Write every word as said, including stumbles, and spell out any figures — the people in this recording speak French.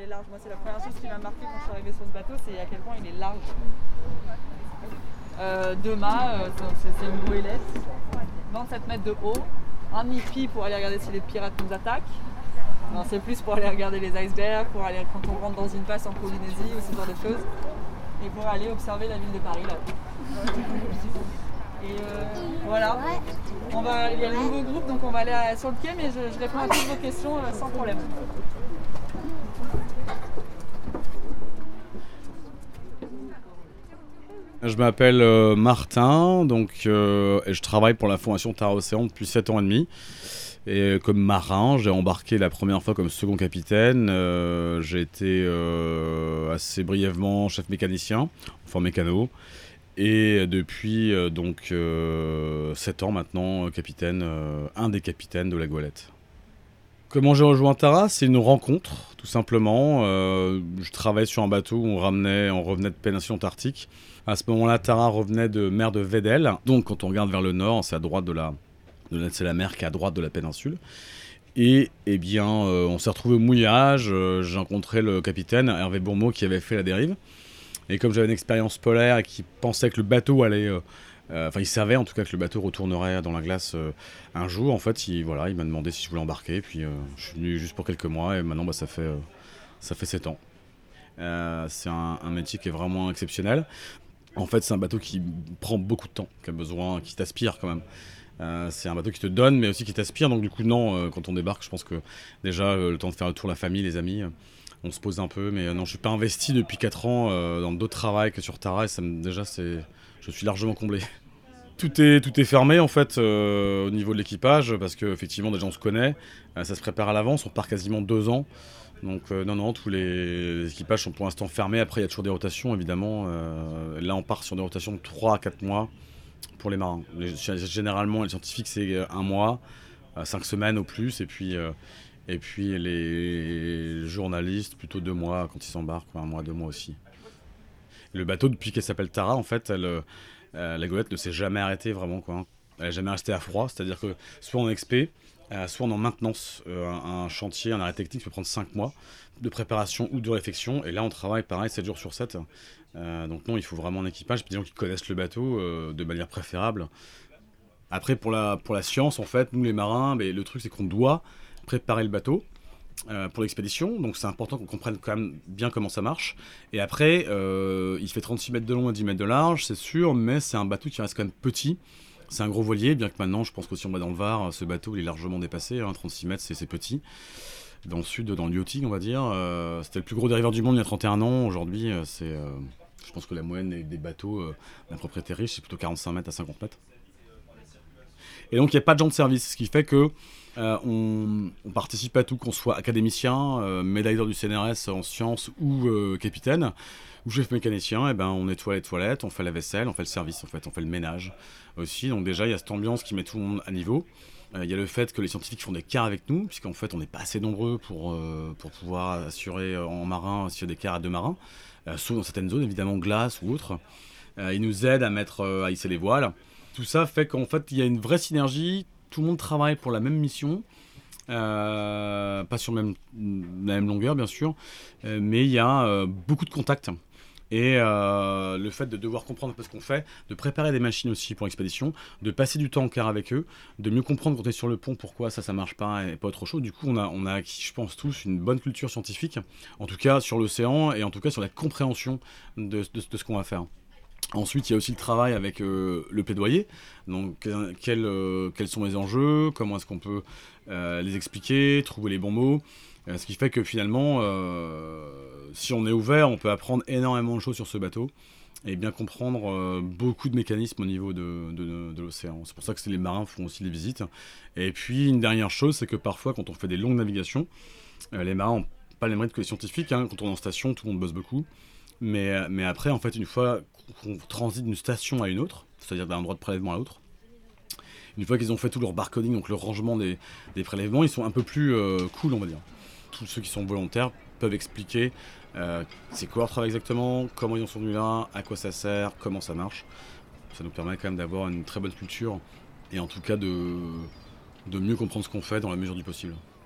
est large. Moi, c'est la première chose qui m'a marqué quand je suis arrivée sur ce bateau, c'est à quel point il est large. Euh, deux mâts, euh, c'est, c'est une goélette, vingt-sept mètres de haut, un nid pour aller regarder si les pirates nous attaquent. Non, c'est plus pour aller regarder les icebergs, pour aller quand on rentre dans une passe en Polynésie ou ce genre de choses, et pour aller observer la ville de Paris là. Et euh, voilà, on va, il y a le nouveau groupe, donc on va aller à, sur le quai, mais je, je réponds à toutes vos questions euh, sans problème. Je m'appelle euh, Martin, donc, euh, et je travaille pour la Fondation Tara Océan depuis sept ans et demi. Et comme marin, j'ai embarqué la première fois comme second capitaine. Euh, j'ai été euh, assez brièvement chef mécanicien, enfin mécano. Et depuis euh, donc euh, sept ans maintenant, capitaine, euh, un des capitaines de la Goélette. Comment j'ai rejoint Tara? C'est une rencontre, tout simplement. Euh, je travaillais sur un bateau où on, ramenait, on revenait de péninsule antarctique. À ce moment-là, Tara revenait de mer de Weddell. Donc quand on regarde vers le nord, c'est à droite de la, de, c'est la mer qui est à droite de la péninsule. Et eh bien, euh, on s'est retrouvé au mouillage. Euh, j'ai rencontré le capitaine Hervé Bourmeau qui avait fait la dérive. Et comme j'avais une expérience polaire et qui pensait que le bateau allait... Euh, euh, enfin, il savait en tout cas que le bateau retournerait dans la glace euh, un jour. En fait, il, voilà, il m'a demandé si je voulais embarquer. Puis euh, je suis venu juste pour quelques mois et maintenant, bah, ça fait, euh, ça fait sept ans. Euh, c'est un, un métier qui est vraiment exceptionnel. En fait, c'est un bateau qui prend beaucoup de temps, qui a besoin, qui t'aspire quand même. Euh, c'est un bateau qui te donne, mais aussi qui t'aspire. Donc du coup, non, euh, quand on débarque, je pense que déjà, euh, le temps de faire le tour, la famille, les amis... Euh, on se pose un peu, mais non, je suis pas investi depuis quatre ans euh, dans d'autres travails que sur Tara, et ça me, déjà, c'est, je suis largement comblé. Tout est, tout est fermé en fait euh, au niveau de l'équipage, parce qu'effectivement, déjà on se connaît, euh, ça se prépare à l'avance, on part quasiment deux ans. Donc euh, non, non, tous les, les équipages sont pour l'instant fermés. Après, il y a toujours des rotations, évidemment. Euh, là, on part sur des rotations de trois à quatre mois pour les marins. Les, généralement, les scientifiques, c'est un mois, cinq semaines au plus, et puis... Euh, Et puis les journalistes, plutôt deux mois quand ils s'embarquent, un mois, deux mois aussi. Le bateau, depuis qu'elle s'appelle Tara, en fait, elle, euh, la Goélette ne s'est jamais arrêtée vraiment, quoi. Elle n'est jamais restée à froid, c'est-à-dire que soit en expé, euh, soit en maintenance. Euh, un, un chantier, un arrêt technique peut prendre cinq mois de préparation ou de réflexion. Et là, on travaille pareil, sept jours sur sept. Euh, donc non, il faut vraiment un équipage, des gens qui connaissent le bateau euh, de manière préférable. Après, pour la, pour la science, en fait, nous les marins, mais le truc c'est qu'on doit préparer le bateau euh, pour l'expédition, donc c'est important qu'on comprenne quand même bien comment ça marche. Et après, euh, il fait trente-six mètres de long et dix mètres de large, c'est sûr, mais c'est un bateau qui reste quand même petit. C'est un gros voilier, bien que maintenant, je pense qu'aussi on va dans le Var, ce bateau il est largement dépassé, hein, trente-six mètres c'est, c'est petit. Dans le sud, dans le yachting, on va dire, euh, c'était le plus gros dériveur du monde il y a trente et un ans, aujourd'hui euh, c'est... Euh, je pense que la moyenne des, des bateaux euh, d'un propriétaire riche, c'est plutôt quarante-cinq mètres à cinquante mètres. Et donc il n'y a pas de gens de service, ce qui fait que Euh, on, on participe à tout, qu'on soit académicien, euh, médaille d'or du C N R S en sciences ou euh, capitaine, ou chef mécanicien, et ben on nettoie les toilettes, on fait la vaisselle, on fait le service en fait, on fait le ménage aussi. Donc déjà il y a cette ambiance qui met tout le monde à niveau. Il euh, y a le fait que les scientifiques font des quarts avec nous, puisqu'en fait on n'est pas assez nombreux pour, euh, pour pouvoir assurer euh, en marin s'il y a des quarts à deux marins, euh, sauf dans certaines zones évidemment glace ou autres. Euh, ils nous aident à mettre, euh, à hisser les voiles. Tout ça fait qu'en fait il y a une vraie synergie. Tout le monde travaille pour la même mission, euh, pas sur même, la même longueur bien sûr, euh, mais il y a euh, beaucoup de contacts. Et euh, le fait de devoir comprendre un peu ce qu'on fait, de préparer des machines aussi pour l'expédition, de passer du temps en quart avec eux, de mieux comprendre quand on est sur le pont pourquoi ça, ça marche pas et pas autre chose. Du coup, on a, on a acquis, je pense, tous une bonne culture scientifique, en tout cas sur l'océan et en tout cas sur la compréhension de, de, de ce qu'on va faire. Ensuite, il y a aussi le travail avec euh, le plaidoyer. Donc, quels, euh, quels sont les enjeux, comment est-ce qu'on peut euh, les expliquer, trouver les bons mots. Euh, ce qui fait que finalement, euh, si on est ouvert, on peut apprendre énormément de choses sur ce bateau et bien comprendre euh, beaucoup de mécanismes au niveau de, de, de l'océan. C'est pour ça que les marins font aussi des visites. Et puis, une dernière chose, c'est que parfois, quand on fait des longues navigations, euh, les marins n'ont pas les mêmes rythmes que les scientifiques. Hein. Quand on est en station, tout le monde bosse beaucoup. Mais, mais après, en fait, une fois qu'on transite d'une station à une autre, c'est-à-dire d'un endroit de prélèvement à l'autre, une fois qu'ils ont fait tout leur barcoding, donc le rangement des, des prélèvements, ils sont un peu plus euh, cool, on va dire. Tous ceux qui sont volontaires peuvent expliquer euh, c'est quoi leur travail exactement, comment ils en sont venus là, à quoi ça sert, comment ça marche. Ça nous permet quand même d'avoir une très bonne culture et en tout cas de, de mieux comprendre ce qu'on fait dans la mesure du possible.